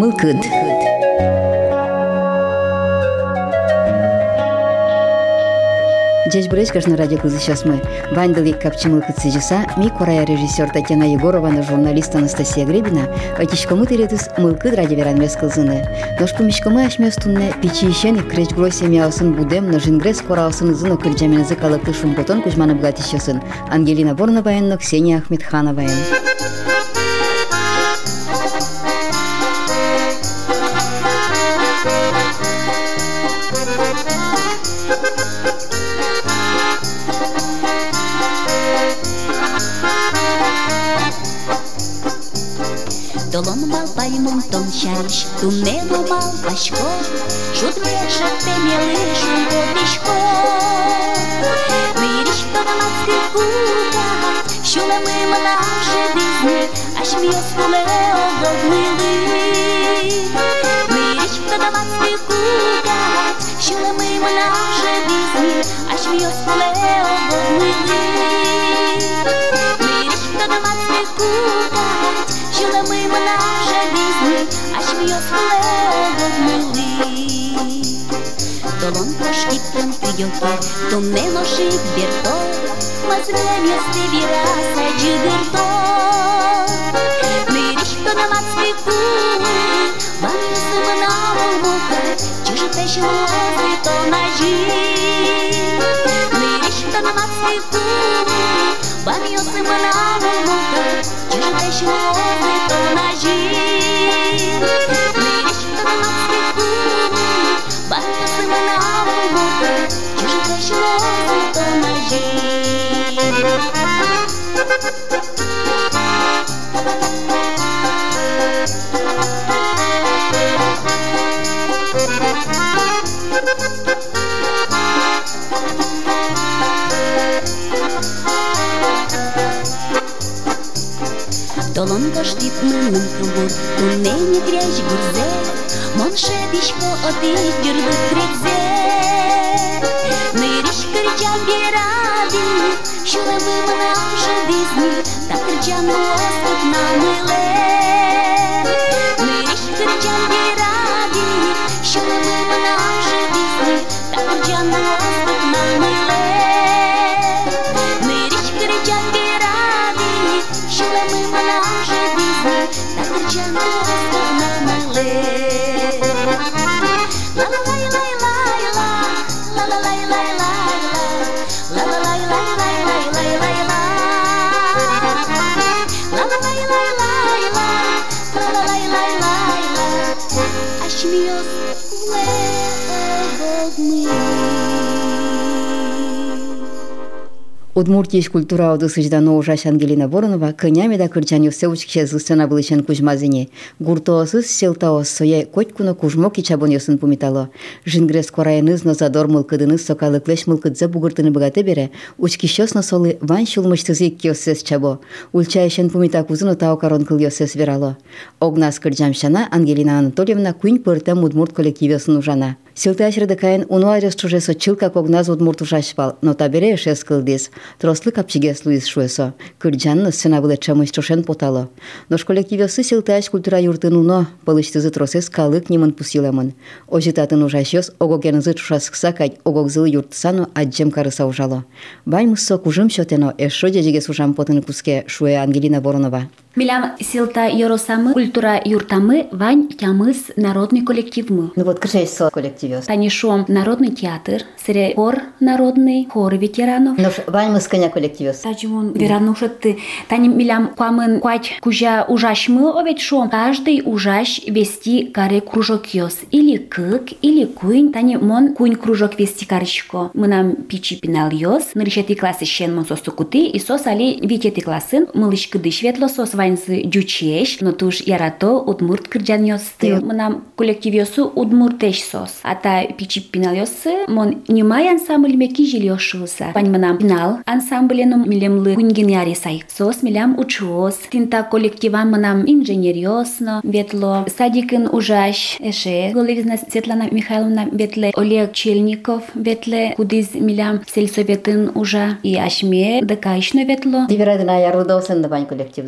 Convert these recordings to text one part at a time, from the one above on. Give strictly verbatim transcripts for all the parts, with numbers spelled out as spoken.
Мылкыд. Здесь Брейскаш на радио сейчас мы. Вандалик Капчимыл Кацижиса, ми корая режиссер Татьяна Егорова, на журналист Анастасия Гребина, отичкому тиретус Мылкыд радиоверан мескалзыны. Нож помешкому ашместунне пичищен креч гросе мяусын будем, но жингрес кораусын зыно кырджамен зыкалыкты шумпотон кузьманы бгатищесын. Ангелина Воронова, Ксения Ахмедханова. Долон мал паймон том шариш, туннело мал пашко, шут мешак темелы шумбо пешко. Мириш подаматский кукат, шула мыма наши дизни, аж мьёс куле огогмылы. Мириш подаматский кукат, шула мыма наши дизни, аж мьёс куле огогмылы. Мириш подаматский кукат, шула мыма наши дизни, аж мьёс куле огогмылы. Долон прошки прям придёлки, то не ношит берто, мазрем ёсты вираса джигерто. Мириш подаматский кулы, вам ёсымы на улмука, чужи пешелозы то ножи. Мириш подаматский кулы, вам ёсымы на улмука, чужи пешелозы то ножи. Мириш подаматский кулы, вам ёсымы на улмука, чужи пешелозы то ножи. Долон коштит мыным кругур, туннени грязь гурзе, мон шедишко отыш дюрдык крекзе. Мыриш кырчан геради, шула мыма наша дизни, так кырчан лостык намыле. Мыриш кырчан геради, шула мыма наша дизни, так кырчан лостык намыле. Мыриш кырчан геради, шула мыма наша дизни, так кырчан лостык намыле. Удмуртиеш культура одысыждано ужаш Ангелина Воронова, конями да кырчаню сеучкше зыстана былышен кужмазине. Гуртоосыз селтаос сое котькуно кужмок и чабон ёсын пумитало. Жингрес корайыныз но задор мылкыдыныз сокалыклеш мылкыдзе бугыртыны богате бере, учкищосно солы ван шулмыштызик кёсес чабо. Ульчаешен пумита кузыно таокарон кыл ёсес верало. Огнас кырджамшана Ангелина Анатольевна куинь пыртем удмурт коллективёсын ужана. Селташ рыдыкайын унуарес чужесо чылка когназ удмурт ужашпал, но табере эшес кылдес. Трослы капчигес луис шуэсо. Кырджанны сцена было чамыш чошен потало. Нош коллективёсы селташ культура юртын уно, пылыштызы тросес калык нимын пусилемын. Ожитатын ужашёс огогенызы чушаскса кать огогзылы юртсану аджем карыса ужало. Бань мыссо кужым шотено эшо дежигес ужам потыны куске шуэ Ангелина Воронова. Милям селта Yorosamy, культура юртамы, вань тямыз народный коллектив мы. Ну вот кажется со коллективёс. Танишом народный театр, сре хор народный, хор ветеранов. Ну вань мы сконя коллективёс. Тачмон веранушатты. Тани милям куамын куать кужа ужаш мы овет шом. Каждый ужаш вести каре кружок ёс. Или кык, или куинь. Тани мон куинь кружок вести карышко. Мы нам пичи пинал ёс. Нырышети классы щен мон сосу куты. И сос али витети классын. Мылышкы дыш ветло сос вань дючеш, но туж ярато удмурт кырджан ёсты. Мынам коллектив ёсу удмуртеш сос. Ата пичи пинал ёсы, мон нюмай ансамбль меки жил ёшуса. Пань мынам пинал ансамбленом милемлы куньгин яри сай. Сос милям учуос. Тинта коллективан мынам инженер ёсно, ветло. Садикын ужаш эше. Головизна Светлана Михайловна ветле. Олег Чельников ветле. Кудиз милям сельсоветын ужа. И ашме декаишно ветло. Диверадына ярудосын да бань коллективзы. Вань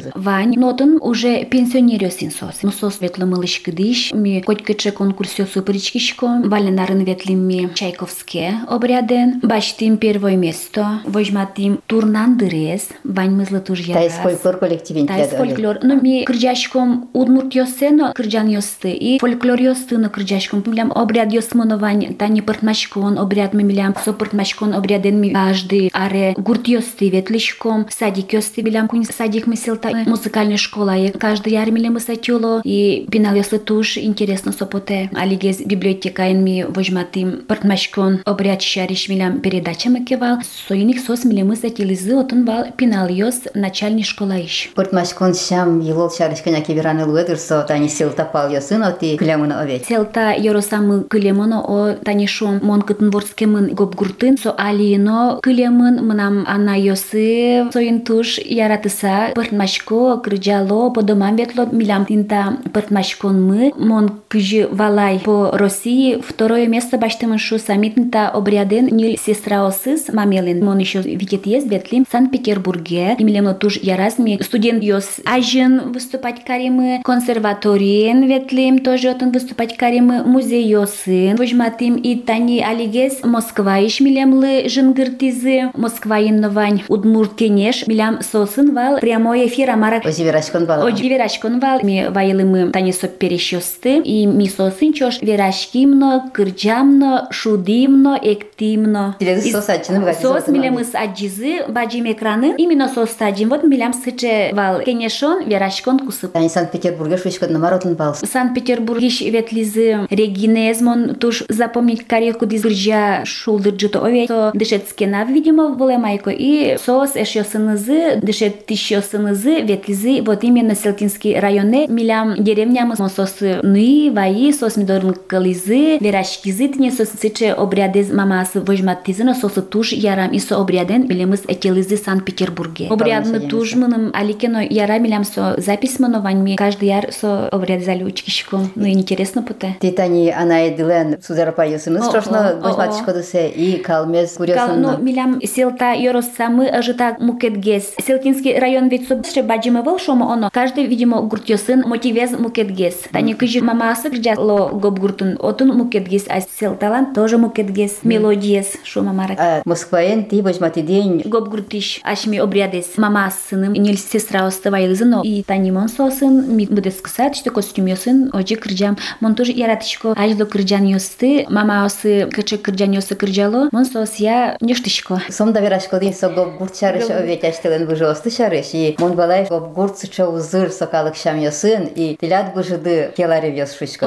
Тань нотон уже пенсионерёсин сос. Ну сос ветло малышкидыш, ми котькаче конкурсё супричкишко, валенарын ветлим ми Чайковские обряден, баштим первое место, возьматим турнандырез, вань мызлы туж ярас. Тайс фольклор коллективин. Тайс фольклор. Ну ми кырджашком удмурт ёсено кырджан ёсты и фольклор ёсты но кырджашком. Милям обряд ёсмоно вань тани пыртмашкон обряд ми милям со пыртмашкон обряден ми каждый аре гурт ёсты ветлишком, садик ёсты милям кунь садик ми селта музыкальная школа и каждый яр милям сатюло и пинал ёсты туж интересно сопоте. Алигез библиотека ин ми возьматим пыртмашкон обряд шариш милям передача макевал. Союник сос милям сатилизы отон вал пинал ёс начальный школа иш. Пыртмашкон шам елол шариш коняки вераны луэдерсо тани селта пал ёсын ти клямына овет. Селта ёросамы клемоно о танишом мон кытнворскемын гопгуртын со алино клемын мынам ана ёсы союн туш яратыса пыртмашко кырджало по домам ветло милям тинта пыртмашкон мы мон кыжи валай по России второе место баштымын шу самитнта обряден нил сестра осыс мамелин мон ещё витет есть ветлим в Санкт-Петербурге и милем туш яразми студент ёс ажен выступать каримы консерваториен ветлим тоже отын выступать каримы музей ёсын возьматим и тани алигес Москва иш милемлы жингыртизы Москва инновань удмуртенеш милям сосын вал прямой эфир амара озиверашкон вал озиверашкон вал ми вайлымы тани соп перещёсты и ми сосын чош верашкимно кырджамно шудимно эктимно сос ачыны бгати сос милемыс аджизы баджим экраны именно сос таджим вот милям сыче вал кенешон верашкон кусып тани Санкт-Петербурге швычкон намаротын пал Санкт-Петербург иш ветлизы регинезмон туш запомнить карьерку дизржа шулдырджито овето дышецкена видимо волемайко и сос эшёсынызы дышет тишёсынызы ветлизы вот именно Селтинский районе милям деревнямыз сосы нуи ваи сос мидорн кализы верашкизы тне сос сыче обрядез мамасы вожматтизы сосы туш ярам исо обряден билемыз этелизы Санкт-Петербурге обрядны туш мыным аликено яра милям со запись мановань каждый яр со обрядзали учкишком ну интересно путе титани анай дилен сузарапа ёсыныз страшно дошматышкодысе и калмез курёсын ну милям селта ёросамы ажита мукетгес Селтинский район ведь собше баджимывал шомо оно каждый видимо гуртёсын мотивез мукетгес тани кыжи мамасы кырджало гопгуртун отун мукетгес а селталан тоже мукетгес мелодиес шома марак а Москваен ти возьмати день гопгуртиш ашми обрядес мамасыным нил сестра оставайлызыно и тани мон сосын ми будес кысат что костюм ёсын ожи кырджам мон тоже яратышко ажло кырджан ёсты мама осы кычы кырджан ёсы кырджало мон сос я нештышко сомда верашко дин со гопгурт шарыш овет аштылын бужосты шарыш и мон балай гопгурт сыча узыр сокалык шам ёсын и тилят бужыды келари ёс швычко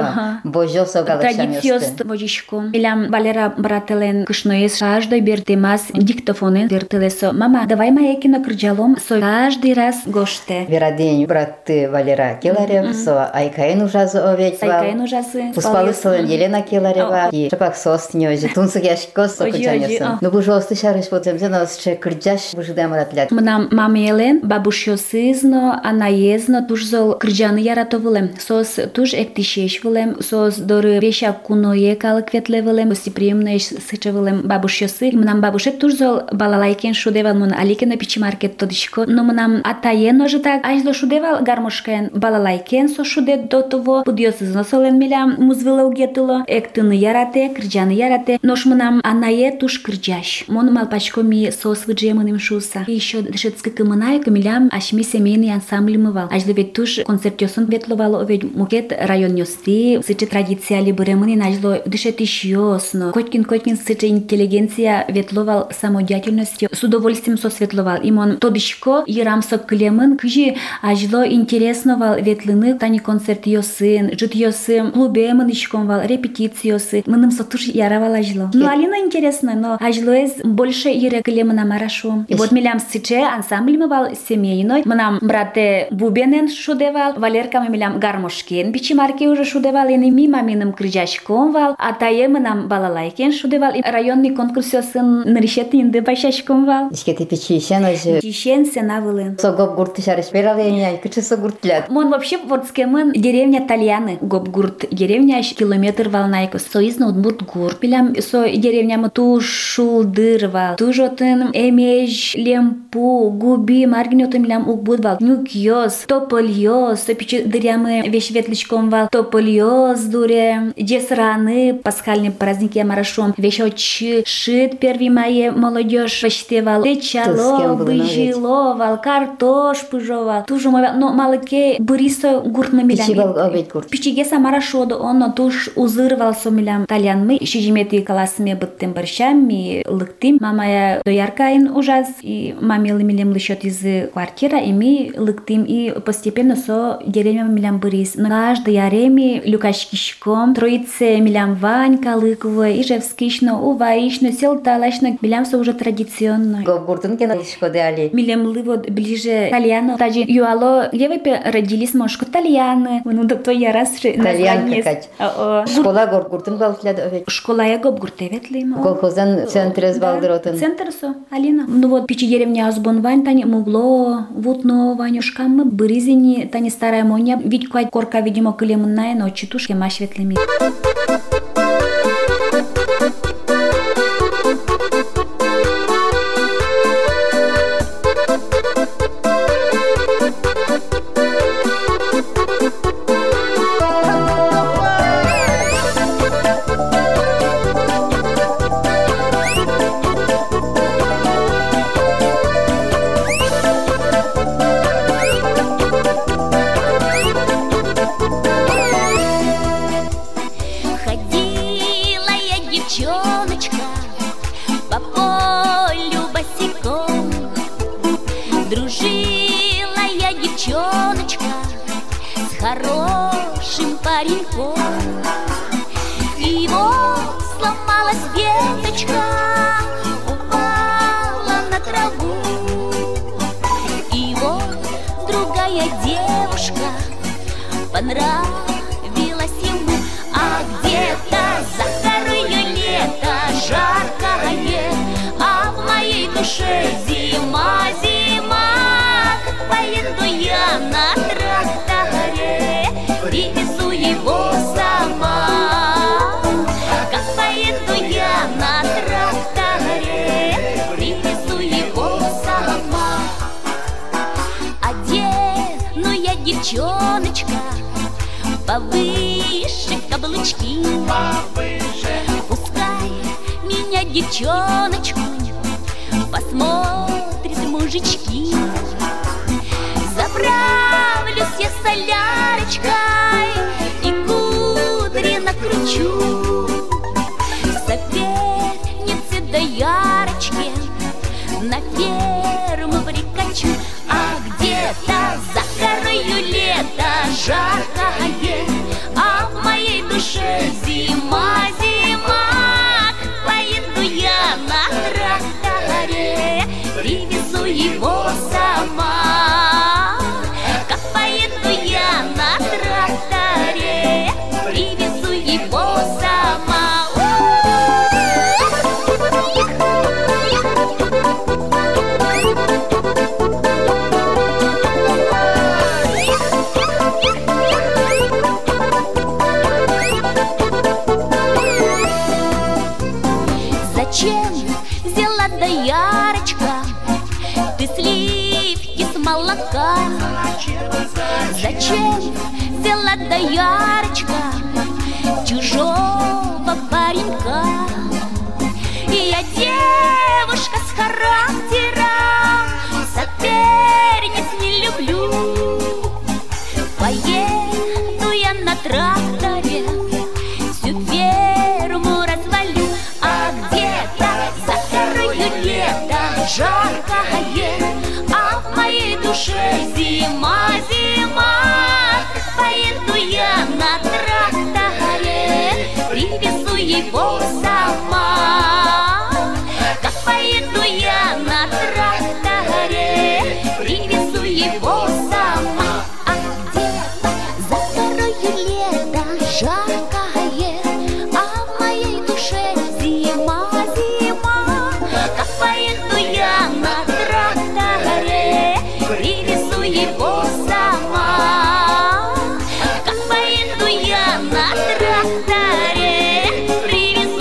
божо сокалык шам ёсты традициёст божишко илям Валера брателен кышноес каждый бертемас диктофоны дертелесо мама давай моя кино кырджалом со каждый раз гоште верадень браты Валера келарев со айкаен ужазы овет айкаен ужазы успалы солен Елена келарева и шапак сос тнёжи тунсык яшко сокучан ёсын ну бужосты шарыш потемзе нас че кырджаш бужыдам ратлят мынам мамелен бабушёсызно анаезно тужзол кырджаны яратовылем сос туж эктишешвылем сос доры бешак куное калык ветлевылем гостеприимно сычевылем бабушёсы мынам бабушек тужзол балалайкен шудевал мон аликен пичи маркет тодишко но мынам атаен ожи так ажло шудевал гармошкен балалайкен со шуде до того будёсызно солен милям музвыла угетыло эктыны ярате кырджаны ярате нош мынам анае туш кырджаш мон малпачко ми сос выджемыным шуса и ещё дышецкий кымынай камилям ашми семейный ансамбль мывал ажло ведь туш концертёсын ветловало ведь мукет район ёсты сыче традиция либыремыны ажло дышет ещёсно коткин коткин сыче интеллигенция ветловал самодеятельностью с удовольствием сосветловал имон тодишко ирамсо клемын кыжи ажло интересновал ветлыны тани концерт ёсын жит ёсы клубемын ишкомвал репетициёсы мыным сотуш яравал ажло ну алина интересно но ажло эс больше ире клемына марашу и вот милям сыче ансамбль мывал семейной мынам брате бубенен шудевал Валерка милям гармошкен бичимарки уже шудевал и мимо миным крыжашком вал атае мынам балалайкен шудевал и районный конкурс ёсын нырышеты инде башашком вал ишкети пичи ишен ожи ишен сенавылы со гопгурт шарыш пераления кычы со гуртлят мон вообще вордскемын деревня Тальяны гопгурт деревня километр волнайко соизно удмурт гурт билям со деревня ту шулдыр вал тужотын эмеж лемпу губи маргинётын билям будвал нюкьёс, топольёс, пичи дырямы вещь ветличком вал, топольёс дуре, десраны, пасхальные праздники марашом, вещь очи, шит первый мае молодежь почтевал, течало, выжиловал, картош пыжовал, тужу мовал, но малыке бурисо гуртмы милями. Пичиге самарашоду, он туж узырвал со милям тальянмы, шижимети каласме быттым борщами, лыктым, мамая дояркаин ужас, и мамилы милям лышет из квартира, и мы лыктым, и постепенно со деревья милям бурис. Но каждый яреми люкашкишком, троице милям ванька, лыковая, ижевскишно, уваишно, селталашно, милям со уже традиционно. Гобуртун кена шкоды али. Милям лывод ближе итальяно, таджи юало, где вы родились, может, итальяны, ну, то я раз название. Школа горгуртун галфляд овет. Школа я гобгуртевет лима. Колхоздан центр звалдыротын. Центр со, Алина. Ну вот, пичи деревня Азбон Вань, тани мугло, вутно Ванюшкам, быризини, тани старая моня, ведь квай корка, видимо, кылемынная, но читушки маш ветлеми. Хорошим пареньком. И вот сломалась веточка, упала на траву. И вот другая девушка понравилась ему. А где-то за горою лето жаркое, а в моей душе зима, зима. Как поеду я на тракторе, привезу его сама. Как поеду я на тракторе, привезу его сама. Одену я, девчоночка, повыше каблучки. Пускай меня, девчоночку, посмотрят мужички. Заправлюсь я солярочкой и кудри накручу. Сопернице доярочке на ферму прикачу. А где-то за горою лето жаркое, а в моей душе зима, зима. Как поеду я на тракторе, привезу его сама. Привезу его сама. Зачем взяла доярочка ты сливки с молока? Зачем взяла доярочка чужого паренька? Я девушка с характером, соперниц не люблю. Поеду я на тракторе, всю ферму развалю. А где-то за горою лето жаркое, а в моей душе зима, зима. Поеду я на тракторе, привезу его сама. Как поеду я на тракторе, привезу его сама. А где-то за горою лето жаркое, а в моей душе зима, зима. Как поеду я на тракторе, привезу его сама. Как поеду я на тракторе, привезу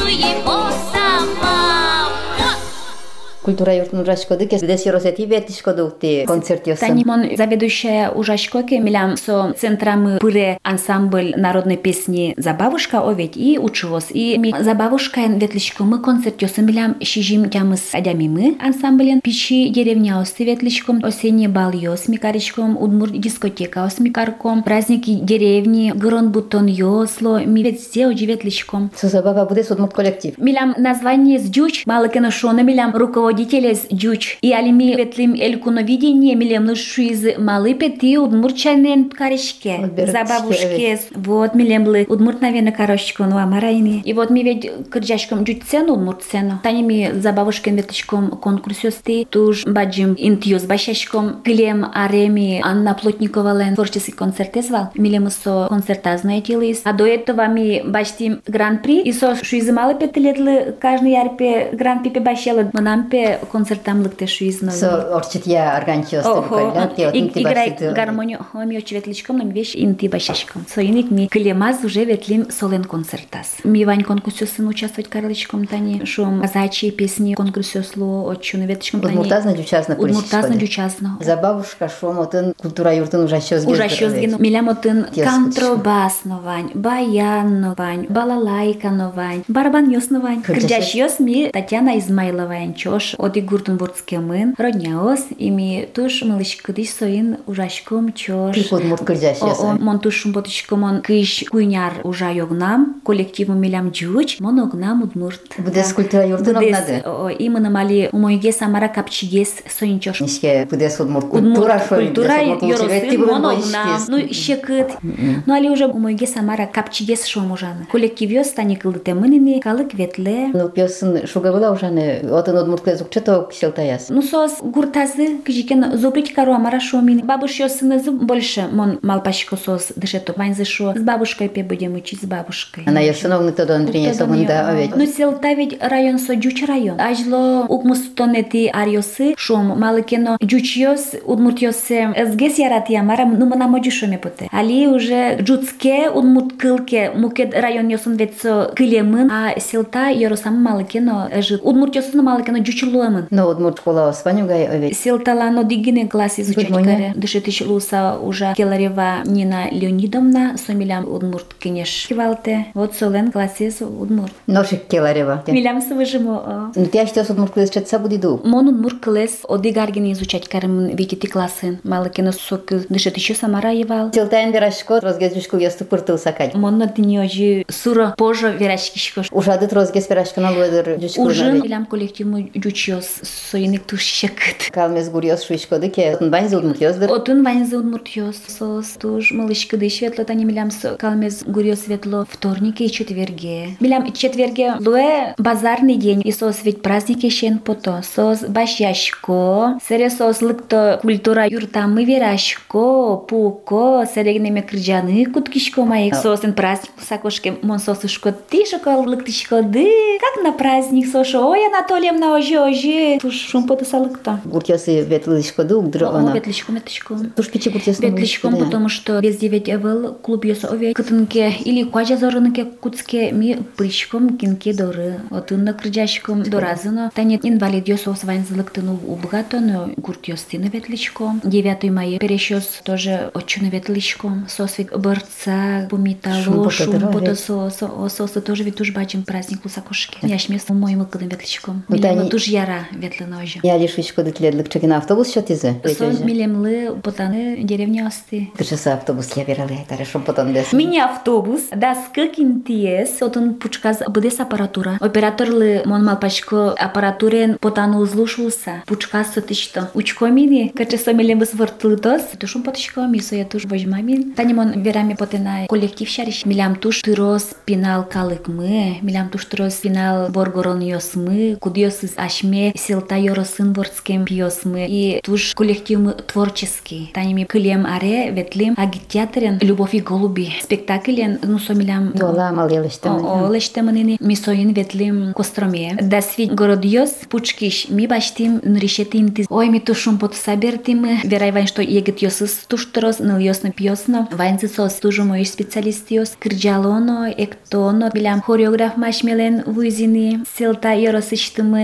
Культура юртын ужашкоды, кесдес еросети ветишкодукти концерт ёсын. Тани мон заведующая ужашкоке, милям со центрамы пыре ансамбль народной песни «Забавушка» оведь и учевоз. И ми «Забавушка» ветличко мы концерт ёсын, милям шижим тямыс адями мы ансамблен. Пичи деревня осты ветличком, осенний бал ёс микаричком, удмур дискотека ос микарком, праздники деревни, грон бутон ёсло, ми везде оджи ветличком. Со забава будет удмурт коллектив. Милям название с дюч, малыкено шона, милям руководитель с дюч. И алими ветлим элькуновидение, милям лышу из малы пети удмурчанен каричке. Забавушке. Вот, милям лы удмурт наверное карочку, ну амарайни. И вот ми ведь кырджашком дюч цену удмурт цену. Тани ми забавушкен ветличком конкурсёсты, туж баджим интьёс башашком, клем ареми Анна Плотникова лен творческий концерт звал. Милям со концерта знаете ли. А до этого ми бачтим гран-при, и со шуизмалы петелетлы каждый ярпе гран-при пе башела, но нам пе концертам лыкте шуизно. Со орчитья органчёсты. Ого, играй гармонию, ми очи ветличком, но ми вещь инти башашком. Со иник ми клемаз уже ветлим солен концертас. Ми вань конкурсёсын участвовать карлычком тани, шум казачьи песни конкурсёслу очуны ветличком тани. Удмуртазна дючазна полисичкоды. Удмуртазна дючазна. Забавушка шум отын культура юртын ужашёзген. Ужашёзген. Милям отын контрабасновань, баяновань, балалайкановань, барабан ёсновань. Кырджаш ёс ми Татьяна Измайловань чош оди гуртунбургскемын родняос и ми туш малышкыдыш соин ужашком чош. Тип удмурт кырджаш ёсын. Мон туш шумботышком он кыш куйняр ужа ёгнам, коллективу милям джуч, мон огнам удмурт. Будес культура юртын огнады. И мы намали умойге самара капчигес соин чош. Нишке будес удмурт культура шоин. Культура ёросын мон огнам. Ну щекыт. Ну али уже умойге самара капчигес шом ужаны. Коллектив ёс тани кылдыте мынини калык ветле. Ну пёсын шуга была ужаны отын удмурт кызык чото кселтаяс. Ну сос гуртазы кижикен зубрить кару амара шомин. Бабуш ёсыны зуб больше мон малпашко сос дышето ваньзы шо. С бабушкой пе будем учить с бабушкой. Она ёсыновны тодо Андрея согунда оведь. Ну селта ведь район со джуч район. Ажло укмустонети арьосы шом малыкено джуч ёс удмурт ёсе эсгес ярати амара ну мана моджу шоме поте. Али уже джуцке удмурт кылке мукет район ёсын ветсо кылемын, а селта ёросам малыкено эжит. Удмурт ёсын малыкено джучлуэмын. Но удмурт школа осванюгай оведь. Селталано дигине класс изучать каре. Дышетыш луса уже Келарева Нина Леонидовна, сомилям удмурт кенеш кивалте. Вот солен классе удмурт. Ношик Келарева. Милям свыжимо. Ну ты что удмурт класс чатса будет ду? Мон удмурт класс одигарген изучать карем видите классы. Малыкено сок дышетыш самара евал. Селтаен верашко розгезюшку ёсту пыртыл сакать. Мон на днёжи суро позже верашкишко. Ужадыт розгез верашко на луэдер жучку. Уже милям коллективу джучёс соиник тушшекыт. Калмез гурьёс шуишкоды ке отын ваньзы удмурт ёздыр. Отын ваньзы удмурт ёс. Сос туж малышкыды светло тани милям со калмез гурьёс светло вторники и четверге. Милям четверге луэ базарный день. И сос ведь праздники шен пото. Сос башяшко. Сере сос лыкто культура юртамы верашко. Пуко. Серегнеме кырджаны куткишко маек. Сосен праздник сакошке. Мон сосышко ты шокол лыктышко ды. Как на праздник сошо. Ой, Анатольевна ожи ожи. Туж шум пото салыкто. Гуртёсы ветлышко дук дрона. Ветлышко метышко. Туж пичи гуртёсы. Ветлышком, потому что везде ведь был клуб ёс ове. Кытынке или куажа зорынке куцке ми причком кинке доры. Отынна кырджашком доразыно. Танет инвалид ёс осванзылыктыну убгато, но гурт ёстыны ветлышком. девятого мая перещёс тоже отчуны ветлышком. Сосвик борца, помитало, шум пото сосо. Сосо тоже ведь туж бачим праздник лусакошки. Яш место моим кыдым ветлышком. Милем туж яра ветлыно ожи. Я лишь вишко дытледлык чекина автобус шотизы. Сон милемлы потаны деревня осты. Кыршысы автобус я вералы айтары шум потан дес. Мини-автобус, да скыкин тиес, отын пучказ быдес аппаратура. Операторлы мон малпашко аппаратурен потану узлушулса. Пучказ сотышто. Учко мини, каче сомелем быс выртлытос. Тушум потышко мисо я туш вожмамин. Танимон верами потена коллектив шариш. Милям туш тырос пинал калык мы. Милям туш тырос пинал боргорон ёс мы. Кудьёс ашме селта ёросын ворскем пьёс мы. И туш коллектив мы творческий. Таними кылем аре ветлим агитаторен Любовь и голуби. Спектаклен ну сомилям. Дола мал елештемын. О лештемынини мисоин ветлим костроме. Да свит городьёс пучкиш ми баштим нрешетим ти. Ой ми тушум под сабертим. Верай вайн что егет ёсыс тушторос ныл ёсно пьёсно. Вайнцы сос тужу мои специалистиос. Кырджалоно, эктоно. Билям хореограф машмелен вуизини. Селта ёросыштымы. Билем луту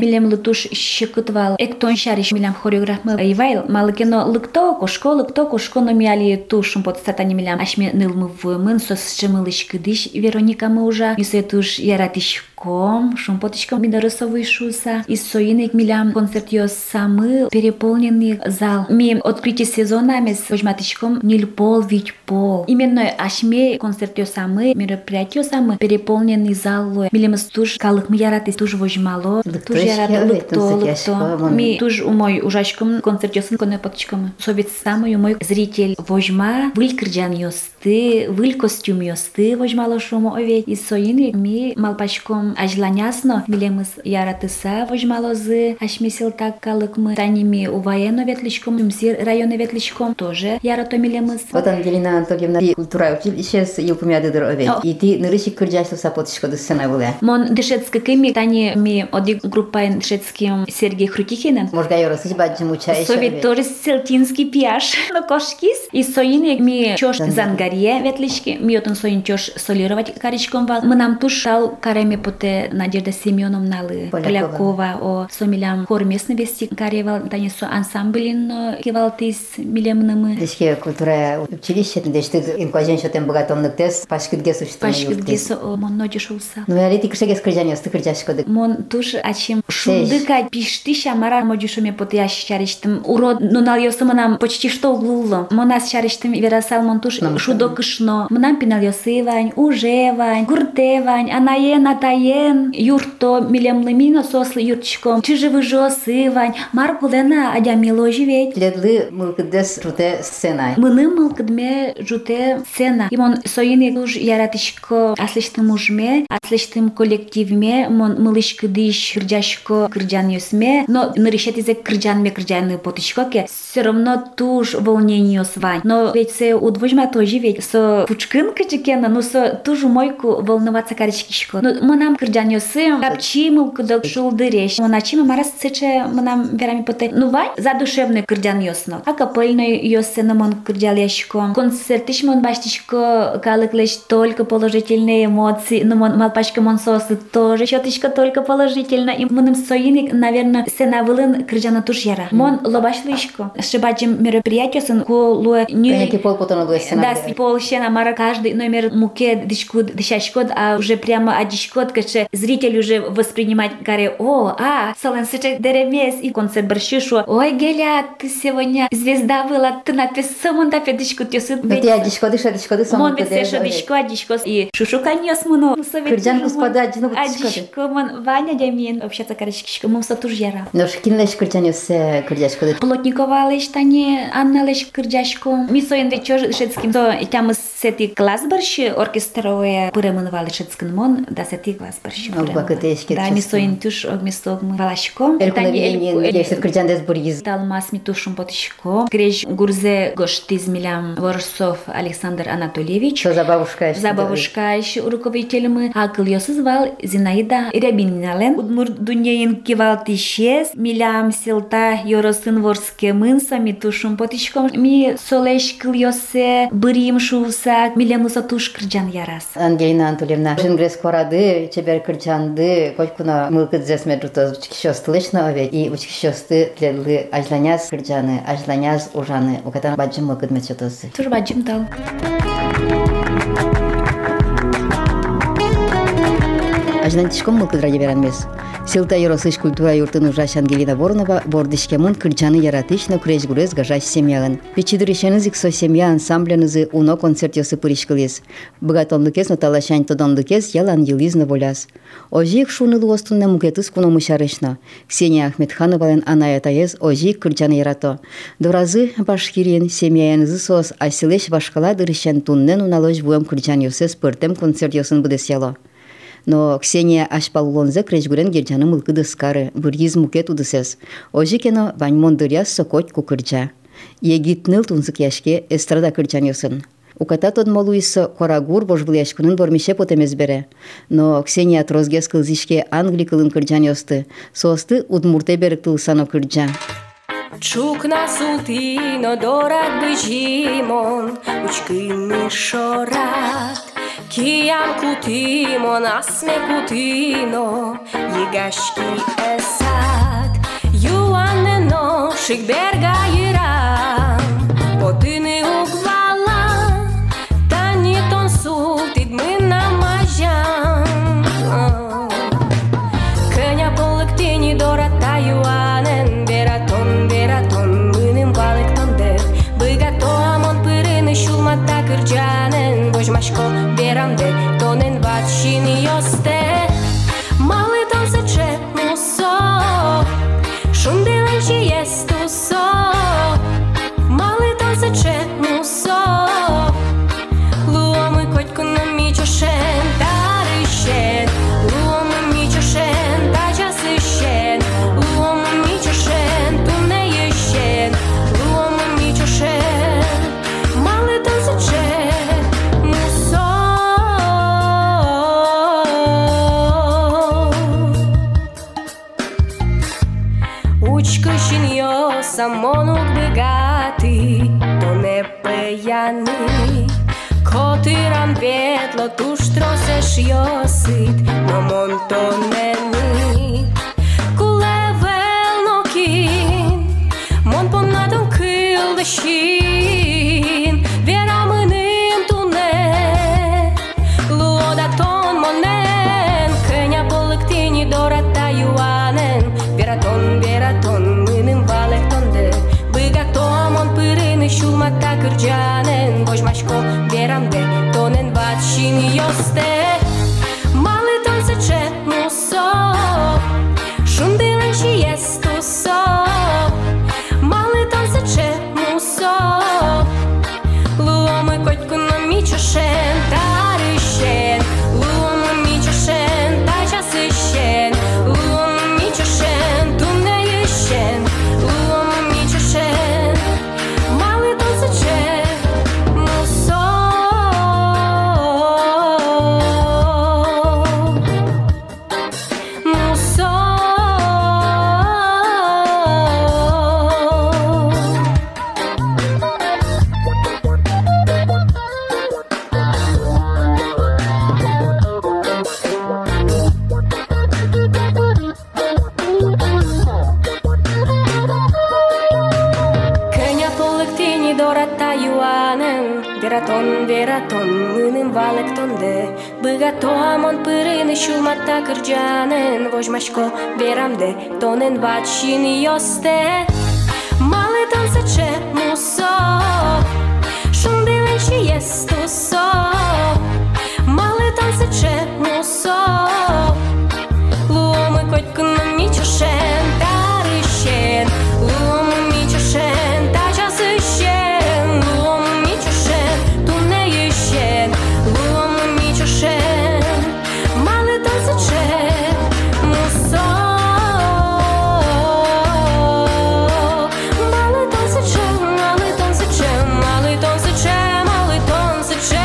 туш щекотвал. Эктон шариш милям хореограф мы ивайл. Малкино лыкто кошко, лыкто кошко но миали тушум под статани милям. Ашме ныл мы в мын сос шемылыш кыдыш. Вероника мы уже. Мисе туш яратишком, шумпоточком миноросовый шуса. И соиник милям концерт йос самый переполненный зал. Ми открытие сезона ми с вожматичком ниль пол ведь пол. Именно ашме концерт йос самый мероприятие самый переполненный зал. Милям туш калык мы яраты туш вожмало. Туш яраты лыкто, лыкто. Ми туш умой ужашком концерт йосын коне поточком. Совет самый умой зритель вожма выль кырджан йосты, выль костюм йосты вожмало шумо овет. И соиник ми малпачком ажланясно милемыс яратыса вожмалозы. Ашмесил так калык мы таними у военно ветличком, мсир районы ветличком тоже ярато милемыс. Вот Ангелина Анатольевна, ты культура училище с Елпумяды дрове. И ты нырыщик кырджайство сапоточко до сцена была. Мон дышецкий кими тани ми оди группа дышецким Сергей Хрутихинен. Можга yorosыч баджим учаешь. Совет тоже селтинский пиаш. Но кошкис. И соиник ми чош зангарье ветлички. Ми отон соин чош солировать каричком вал. Мы нам туш тал карами поте Надежда Семеновна Полякова о сомилям хор местный вести каревал тани со ансамблин кивалтис милемнымы. Дешке культура училище, деш ты инкуажен шотен богатомлык тес пашкытге существует. Пашкытге со мон ноди шулса. Ну я лети кшеге скрыжанёс ты кырджашко дык. Мон туш ачим шундыка пишти шамара модишуме потяш шариштым урод нунал ёсымы нам почти что углуло. Монас шариштым верасал мон туш шудокышно. Мнам пинал ёсывань, ужевань, гуртевань, анаен, атаен, юрто милемлымино сослы юртчиком. Чижевы жосывань, маркулена адямило живеть. Ледлы мылкыдес жуте сцена. Мыны мылкыдме жуте сцена. И мон соине уж яратышко аслыштым ужме, аслыштым коллективме, мон мылышкыдыш кырджашко кырджан ёсме, но наришетизе кырджанме кырджаны потышкоке, все равно туж волнение свань. Но ведь се удвожма тоже ведь со пучкын кычекена, ну со тужу мойку волноваться каричкишко. Ну монам кырджан ёсы, капчи мылкыдок шулдыреш. Моначима марас цече монам верами поте. Ну вань задушевный кырджан ёсно. А капельный ёсы на мон кырджалешко. Концертиш мон баштишко калыклеш только положительные эмоции. Ну мон малпачка мон сосы тоже чёточка только положительно. И моным соиник, наверное, сенавылын кырджана туж яра. Мон лобашлышко. Шибаджим мероприятие сын колуэ не. Понятие пол потом было сцена. Да, с пол щена мара каждый номер муке дышкуд дышачкод, а уже прямо одишкод, каже зритель уже воспринимать каре. О, а, солнцечек деремес и концерт баршишу. Ой, Геля, ты сегодня звезда была, ты написал мон тапе дышкуд ёсыт. Ну ты одишкоды, шадишкоды сам. Мон ведь се дышко, одишкос и шушуканьёс муно. Кырджан господа одину вот одишко мон Ваня Демин вообще-то каричкишко мон со туж яра. Но шкинлеш кырджан ёсе кырджашкоды. Плотникова леш тани Анна леш кырджашко. Ми соин вечер шецким то тям сети класс барши оркестровые пырымынывали шецкин мон да сети класс барши. Да, ми соин туш огместог мы валашко. Элькунавиенин лешет кырджан дес бургиз. Талмас ми тушум потишко. Греж гурзе гоштиз милям Ворсов Александр Анатольевич. Что за бабушка? За бабушка еще руководитель мы. Акыл ёсы звал Зинаида Рябининален. Удмур дуньеин кивалтишес. Милям селта ёросын ворске мынса ми тушум потишком. Ми солеш кыл ёсе бырим шулса. Милям уса туш кырджан ярас. Ангелина Анатольевна, жингрес корады, чебер кырджанды, котькуна мылкыдзес медрутоз учкишёс тылышна овет. И учкишёсты тледлы ажланяз кырджаны, ажланяз ужаны. Укатан баджим мылкыдмет чотосы. Тур баджим дал. Ажлантишком мылкыдраде беранмес. Силта Яросыш культура юртын ужаш Ангелина Воронова бордышкемон кырджаны яратычно күреш гурез гажаш семьягын. Печидырышенызик со семья ансамблянызы уно концерт ёсы пырышкылез. Богатонлыкез ноталашань тодонлыкез ялан елизно воляс. Ожик шунылы остунна мукетыз куно мышарышна. Ксения Ахметхановален анаятаез ожик кырджаны ярато. Доразы башкирин семьяянызы сос асилеш башкала дырышен туннен уналож буем кырджан ёсес пыртем концерт ёсын будес яло. Но Ксения ашпалулонзе крежгурен герджаны мылкыды скары, бургиз мукет удысес. Ожикено ваньмон дыряс сокоть кукырджа. Егитныл тунзык яшке эстрада кырджан ёсын. Уката тод молуиссо корагур божбыл яшкунын бормише потемез бере. Но Ксения трозгес кылзишке Англи кылын кырджан ёсты. Состы удмурте берек тылсано кырджа. Чукна султино дорат бежимон, учкын шорат. Киян кутимо, насме кутино, егашки эсат. Ушик берга ира, потыны угвала, та не тонсултит мы намажан. Кыня полык тени дората юанен, бератон, бератон, мыным балык тонде. Быгатоамон пырыны шулмата кырджанен, божмашко берамде, тонен ватшин йосте. Малый танцече мусо, шунделенчи есть тусо. Малый танцече мусо, луомы котку на мичошен, тарышен, луомы мичошен, тачасышен, луомы мичошен, тунеешен, луомы мичошен. Малый танцече мусо. Учкышин йо самонук богатый, то не пьяный. Котырам ветло туш тросеш йосит, но мон то нени. Кулевел нокин, мон помнадом кыл дешин, верамыным туне. Луода тон монен, кыня полык тини дората юанен. Вератон, вератон, мыным валек тонде. Быгатомон пырыны шулмата кырджанен, божмашко берамде, тонен ватшин йосте. Малый танцече мусо, шунделенчи есть тусо. Малый танцече мусо, луомы котку на мичошен, тарышен, луомы мичошен, тачасышен, луомы мичошен, тунеешен, луомы мичошен. Малый танцече мусо. Мусо. Кыня полык тени дората юанен, вератон, вератон, мыным валек тонде. Быгатоамон пырыны шулмата кырджанен, вожмашко берамде, тонен ватшин йосте. Малый танцече мусо, шунделенчи есть тусо. Малый танцече мусо, луомы котку на мичошен, тарышен, луомы мичошен, тачасышен, луомы мичошен, тунеешен, луомы мичошен. Малый танцече мусо. Малый танцече, малый танцече, малый танцече, малый танцече,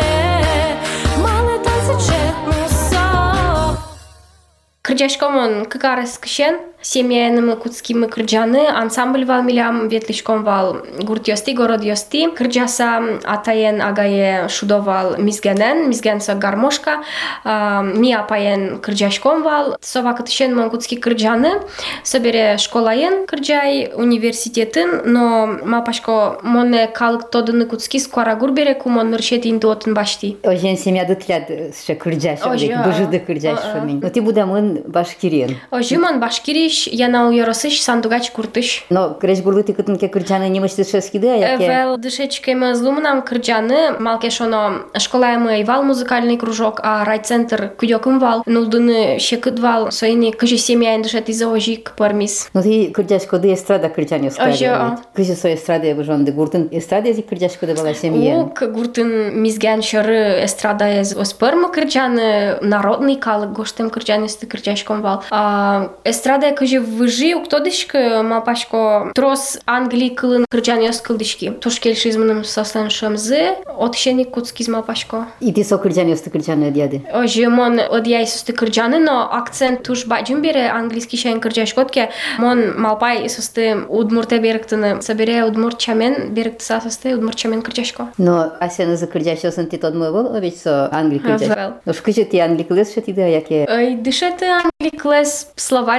малый танцече мусо. Кырджашкомон кыкарыс кышен, семьяным кутским кырджаны, ансамбль вал милям ветлишком вал гурт йости, город йости. Кырджаса атаен агае шудовал мизгенен, мизгенса гармошка, ми апаен кырджашком вал. Сова кытышен мон кутски кырджаны, собере школаен кырджай университетін, но мапашко моне калык тодыны кутски скора гурбере кумон ныршет интуотын башти. Ожен семьяды тляд ше кырджаш, быжыды кырджаш фамин. Но ты будамын башкирен. Ожимон башкириш, яна уйоросыш, сандугач куртыш. Но креш бурлыты кытынке кырджаны немыш дышескиды, а яке? Вел дышечкем злумнам кырджаны, малкешоно школаемый вал музыкальный кружок, а райцентр кудёкым вал, нулдыны шекыт вал, соини кыжи семьяин дышет из ожик пармис. Ну ты кырджашко ды эстрада кырджанё складывает. Кыжи со эстрада бужонды гуртын эстрада зи кырджашко да была семья. Ук гуртын мизган шары эстрада из оспырмы кырджаны, народный калык гоштем кырджаны сты кырджашком вал. А эстрада кыжи выжи, кто дышка мапашко трос Англии кылын кырджаны ёс кылдышки. Туш келшизмным состаншым зы, отшеник кутскиз мапашко. И ты со кырджаны ёсты кырджаны дяды? Ожи мон одьяй состы кырджаны, но акцент туш баджим бере английский шайн кырджашкотке, мон малпай состы удмурте беректыны, собере удмуртчамен беректыса состы удмуртчамен кырджашко. Но асяны за кырджашосын ти тодмой был, обеч со Англии кырджаш. Ну шкыжы ти Англии кылыс шо ти да яке? Ой, дышеты Англии клэс, словарь вань пон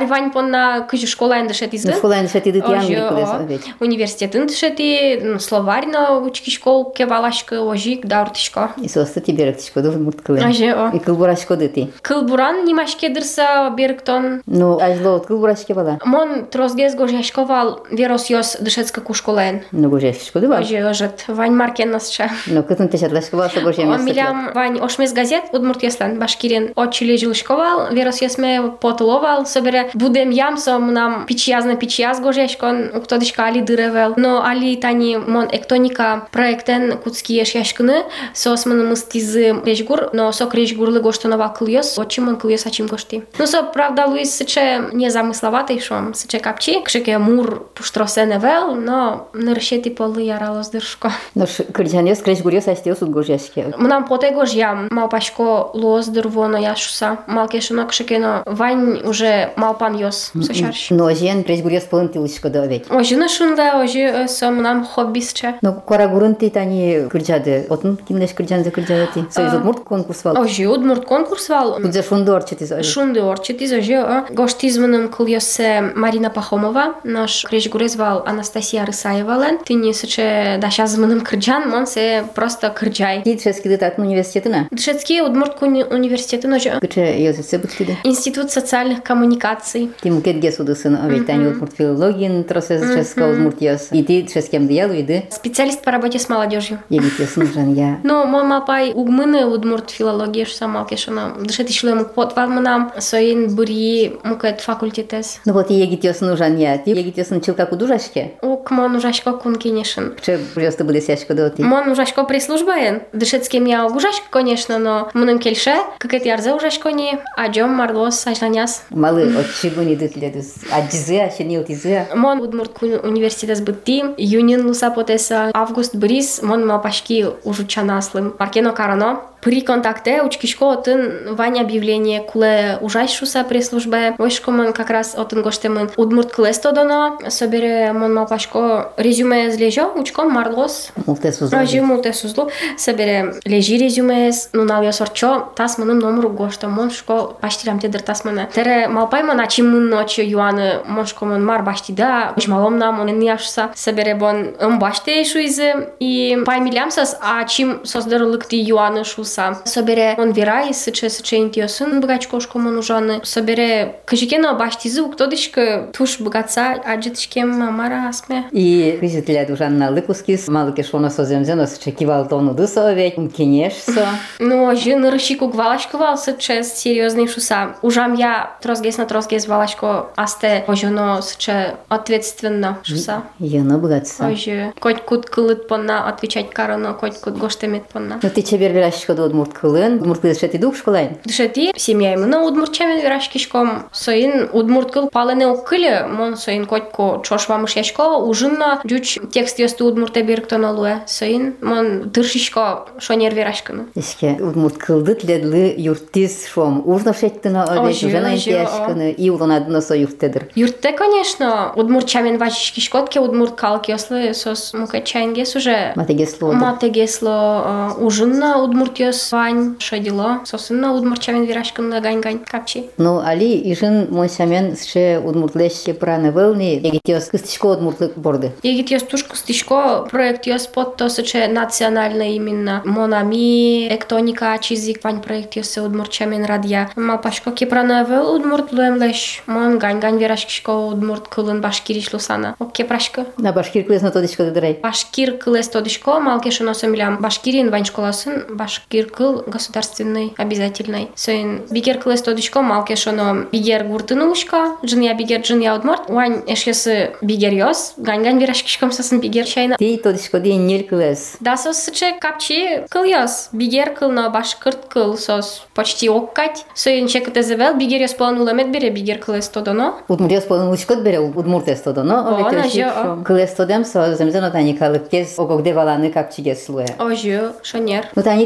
на кыжы школа эндешет изды. Школа эндешет иды тиангли. Университет эндешети, словарь на учки школ кевалашка, ожик, дауртишко. И состы ти беректишко, да, удмурт кылын. Оже, о. И кылбурашко дыти. Кылбуран нимашке дырса берктон. Ну, ажло от кылбурашке бала. Мон трозгез гожяшковал верос йос дешетска кушколен. Ну, гожяшко дыва. Оже, ожет. Вань маркен насча. Ну, кытын тешатлашковал со гожемес. Милям вань ошмес газет удмурт яслан башкирин очили жилшковал, верос ясме потыловал, собере будем ямсом нам пичязна пичяз гожяшкон, уктодишка али дыревел. Но али тани мон эктоника проектен кутские шяшкны, сосман мыстизы режгур, но сок режгурлы гоштонова кыльёс, очимон кыльёс ачим гошти. Ну, со, правда, Луис сыче не замысловатый шом, сыче капчи, кшике мур пуштросеневел, но ныршети полы яралос дыршко. Ну, кырджанёс, режгурёс астиос уд гожяшке. Мнам поте гожьям, мал пашко лос дырвоно яшуса, мал кешено кшикено, вань уже мал пан йос, сошарш. Ну, ожен режгурёс полын тилышко да ведь. Ожи нашунда, ожи со мнам хоббисче. Ну, корагурын ти тани кырджады, отын кимнеш кырджанды кырджады ти. Союз удмурт конкурс вал. Ожи удмурт конкурс вал. Кудзе шунды орчет из ожи. Шунды орчет из ожи. Гоштизманым кыльёсе Марина Пахомова, наш режгурез вал Анастасия Рысаевален. Ты не сыче дашазманым кырджан, мон се просто кырджай. Ти тшески дытат университетына? Дышецкий удмурт университеты ножи. Кыче йозыце бытлиды? Институт социальных коммуникаций. Ти мукет судысын, овет тани удмурт филологин, тросез тшеска удмурт йос. И ти тшескем диялу иды? Специалист по работе с молодежью. Егит йос нужен я. Ну, мон малпай угмыны удмурт филология, что сам малкешона. Дышет ишло ему квот валманам, соин бури мукет факультетес. Ну вот и егит йос нужен я. Ти егит йос начал как удужашке? Ук мон ужашко кункинешен. Кче просто были сяшко доти? Мон ужашко прислужбаен. Дышецким я угужашко, конечно, но мным кельше, как это ярзе ужашко не, а джом марлос ажланяс. Малы от чего не дытледус? А джизе, а не от изе? Мон удмурт университет бытти, юнин лусапотеса, август брис, мон малпашки ужучанаслым. Маркено карано. При контакте учкишко отын вань объявление куле ужайшуса пресс-службе. Ойшко мон как раз отын гоштемын удмурт клесто доно. Собере мон малпашко резюме злежо, учком марлос. Мулте сузлу. Ожи мулте сузлу. Собере лежи резюме, ну нал сорчо, тас мыным номеру гошто. Мон шко паштирам тедер тас мына. Тере малпай мон ачим мын ночью юаны, мон шко мон мар баштида, учмалом нам мон энияшуса. Собере бон ым баште шуизе. И пай милямсас, ачим создерлыкти юаны шус. Собере он вирай, сыче сыче интиосын богачкошко монужаны. Собере кыжикено баштизы уктодышка туш богатца аджитышкем амара асме. И кыжитля дужанна лыкускис, малыке шоно соземзено сыче кивал тону дысо ведь, умкенешсо. Ну, жин рыщику гвалашковал сыче серьезный шуса. Ужам я тросгес на тросгес валашко асте ожено сыче ответственно шуса. Ено богатца. Оже, коть кут кылыт понна отвечать карано, коть кут гоштемет понна. Ну ты чебер верашко удмурт кылын, удмурт кылы шети дух школайн. Дышети семья именно удмуртчамен верашкишком. Соин удмурт кыл палене укыле, мон соин котько чош вамыш яшко, ужинна дюч текст ёсты удмурте бирктоналуэ. Соин мон дыршишко шонер верашканы. Ишке удмурт кылды тледлы юртиз шом. Ужно шеттино овет, жена интияшканы, и уланадыно со юртедыр. Юрте, конечно, удмуртчамен вачишкишкотке, удмурт калки ослы сос мукачайнгес уже. Матегесло. Матегесло ужинна удмурт вань, шадило, сосынна удмуртчамен вирашканна гань-гань капчи. Ну, али ижин мойсамен ше удмуртлешке праны вылни, егитиос кыстышко удмуртлык борды. Егитиос туш кыстышко проект ёс подто сыче национально именно. Монами, эктоника, чизик, вань проект ёс удмуртчамен радия. Малпашко кепрана вел удмурт луемлеш, мон гань-гань вирашкишко удмурт кылын башкириш лусана. Ок кепрашко. На башкир кылес на тодышко дыдрай. Башкир кылес тодышко, малкешуно сомилям. Башкирин вань школасын, башкир кыл государственный, обязательный. Соин бигер кылес тодышко, малкешуно бигер гуртынулышко, джин я бигер, джин я удмурт. Вань эшкесы бигер ёс, гань-гань вирашкишком сосын бигер чайна. Ти тодышко день нель кылес. Да, сос сыче капчи кыл ёс. Бигер кыл на башкырт кыл сос почти оккать. Соин чек тезевел, бигер ёс полон уламет бере, бигер кылес тодоно. Удмурт ёс полон улышкот бере, удмурт ёс тодоно. О, нажо. Кылес тодем со земзено тани калык кез огогде валаны капчиге слуе. Ожу, шонер. Ну тани ти тунне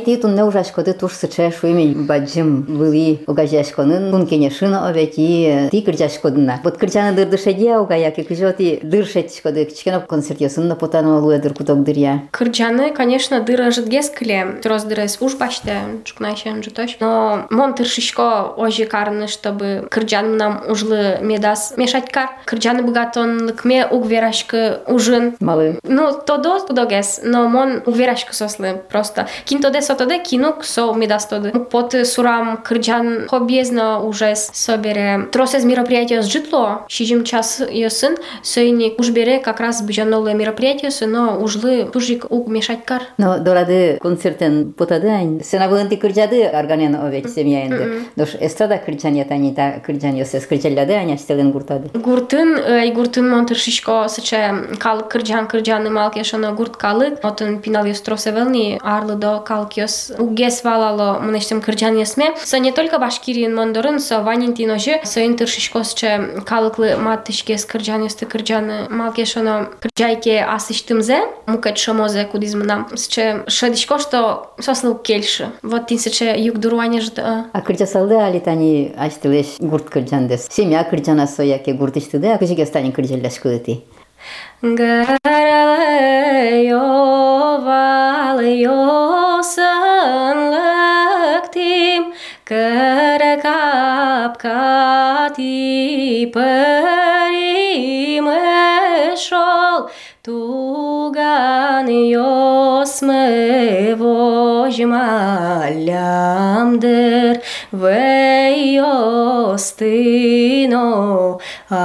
Кыжа ужашкоды туш сыча шуйме баджим были угажашконын бункене шина овети ти кыржашкодына. Вот кыржаны дырдышеде угаяки кыжоти дыршетишкоды кичкена концерт ясынна потану алуя дыркуток дырья. Кырджаны, конечно, дыра жидгескали, трос дыры службаште, чукнайшен житош. Но мон тыршишко ожи карны, чтобы кырджан нам ужлы медас мешать кар. Кырджаны богатон лыкме угверашка ужин. Малы. Ну, тодо тодогес, но мон угверашка сослы просто. Кин тоде сотоде кинук со медас тоды. Под сурам кырджан хоббезно ужес собере. Тросез мероприятие с житло, щижим час ее сын, сойник уж бере как раз бежанулое мероприятие, но ужлы тужик уг мешать кар. Но дорады концертен потадань. Сенабылынты кырджады арганен овет семьяенде. Дош эстрада кырджанья танита кырджанья сес кырджаляды аня стелен гуртады. Гуртын, ай гуртын мон тыршишко сыче кал кырджан кырджаны малкешано гурт калык. Отын пинал ёс тросевелни арлы до калкиос угес валало мынештем кырджан ясме. Со не только башкирин мондорын, со ванинтин оже, со ин тыршишко сыче калыклы маттышкес кырджан ёсты кырджаны малкешано кырджайке асыштымзе, мукет шамозе кудизмнам. Сыче шадишко, что сослыл кельши. Вот тин сыче юг дуруане жда. А кырджасалды алитани аштылеш гурт кырджандес. Семья кырджана сояке гуртыштыды, а кыжиге стани кырджалляш кылыты. Гаралеё валеё сынлыктим, кыркапкати пыримышол, туган ёсмы вожмалямдыр, вейостыно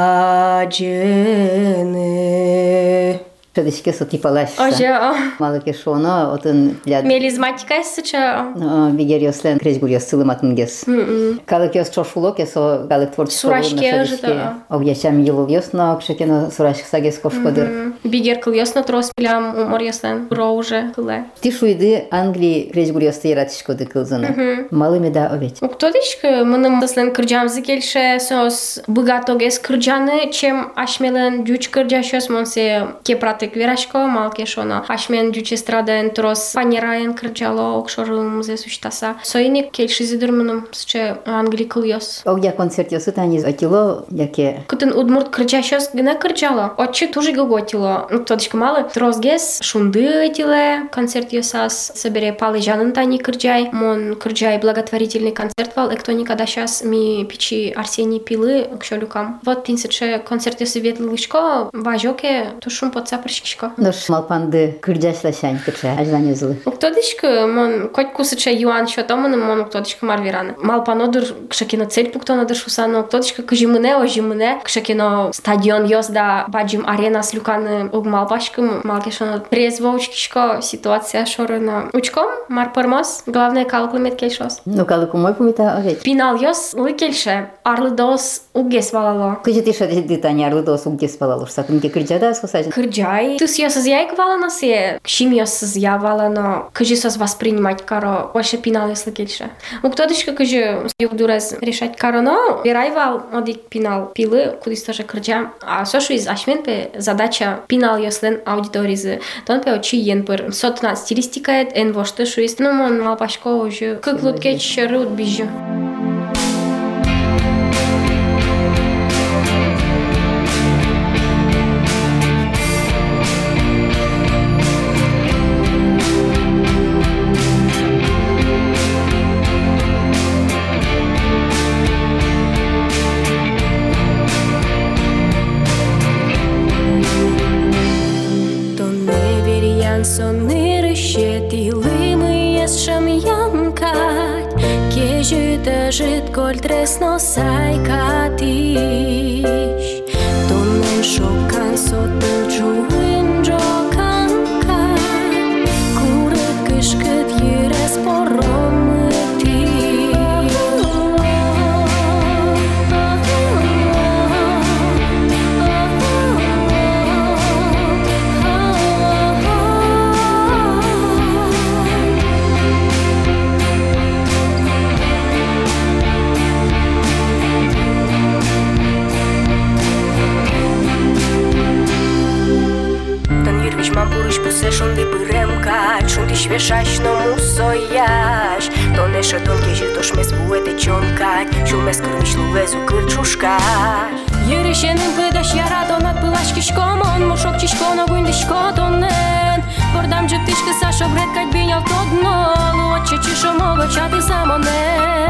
аджыны. Шадышке сотипалашса. Оже. Малыке шоно, отын ляд. Мелизматика сыча. Бигер ёслен крежгур ёсылым атынгес. Калык ёс чошулок ёсо калык творчество. Сурашке жыта. Огячам йылыл ёсно, кшекено сурашкса гес кошкодыр. Бигер кыл ёсно трос пилям умор ёслен. Ро уже кыле. Ти шуйды Англии крежгур ёсты яратышкоды кылзыны. Малыми да овет. Уктодишкы мыным ёслен кырджамзы келше сос богато гес кырджаны, чем ашмелен дюч кырджашёс монсе кепраты кверашко малкешоно. Ашмен дюч эстраден трос панераен кырджало окшорым зе суштаса. Соиник келши зидырмыным сыче Англии кыл ёс. Огя концерт ёсы тани атило, яке. Кытын удмурт кырджашёс гына кырджало. Отчы тужи гоготило. Уктодишкы малы трос гес шунды этиле концерт ёсас. Собере палы жанын тани кырджай. Мон кырджай благотворительный концерт вал. Экто никогда сейчас ми пичи Арсений пилы к шолюкам. Вот тинсыче концерт ёсы ветлы лышко важоке тушум под сапрышкишко. Дош малпанды кырджашлашань кыча ажлан ёзылы. Уктодишкы мон коть кусыче юан шотомыным мон уктодишкы марвираны. Малпанодыр кшакино цель пуктонодыр шусано уктодишкы кыжимыне ожимыне кшакино стадион ёс да баджим арена с люканы уг малпашкым малкешоно трезвоучкишко ситуация шорына. Учком марпармос главное калыклы мет кельшос. Ну калыку мой пумита овет. Пинал ёс лы кельше арлыдос угес валало. Кыжы тиша дитани арлыдос угдес палалурса. Кынке кырджада сосажын. Кырджай. Тус ёс зяйк валано се. Кшим ёс зя валано. Кыжи сос воспринимать каро. Оше пинал ёс лы кельше. Уктодишка кыжи юг дурез решать каро, но верай вал одик пинал пилы, кудис тоже кырджа. А сошу из ашменпе задача пинал ёслен аудиторизы. Тон пе очи енпыр. Сотна стилистикает, эн вошты шуист. Ну мон малпашко уже. Кык луткеч шерут бижу. Сонны рыщети лымы есшем ямкать, кежüte жит коль тресно сайкатиш, тоннен шокан сотыл чуын жоканкать, курыт кышкыт ерес поромыти. шашно мусояш, то не шатонки житош мес буете чонкать, шумес кырмиш лувезу кырчушкаш. Ерешенин пыдаш яратонат пылаш кишкомон, мушок чишконо гундишко тонен. Бордам джептишка сашо бредкать бинял тодно, луоче чишо мого чаты самоне.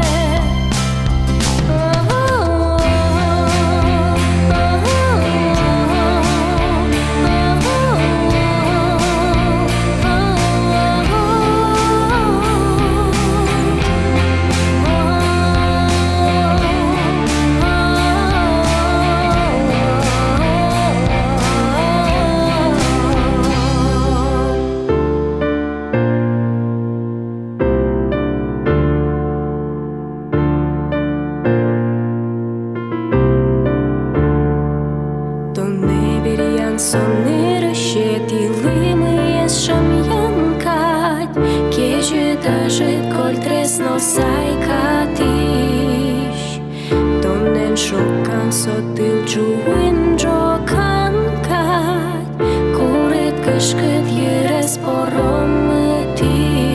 Сонны расщепили мы с шамьянкать, кежи даже коль тресно сайкатиш. Тонен шокан сотыл джуин джоканкать, курит кышкет ерес поромытиш.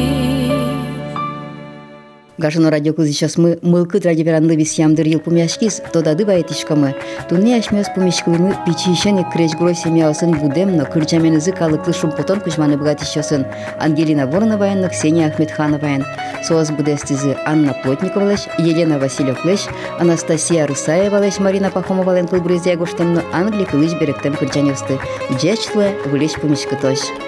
Гашыно радио кыз сейчас мы мылкыт радиоверанды вис ямдыр ел пумяшкис, тодады баетишкамы. Тунне ашмёс пумишкылымы пичишен креш гроси мяусын будемно, кырчаменызы калыклы шумпотон кужманы богатищосын. Ангелина Вороноваян, Ксения Ахметхановаян. Соас будестизы Анна Плотниковалыш, Елена Василёклыш, Анастасия Рысаевалыш, Марина Пахомовален кылбрызия гоштемно Англи кылыш беректем кырчанёсты. Джечлы вылеш пумишкытош.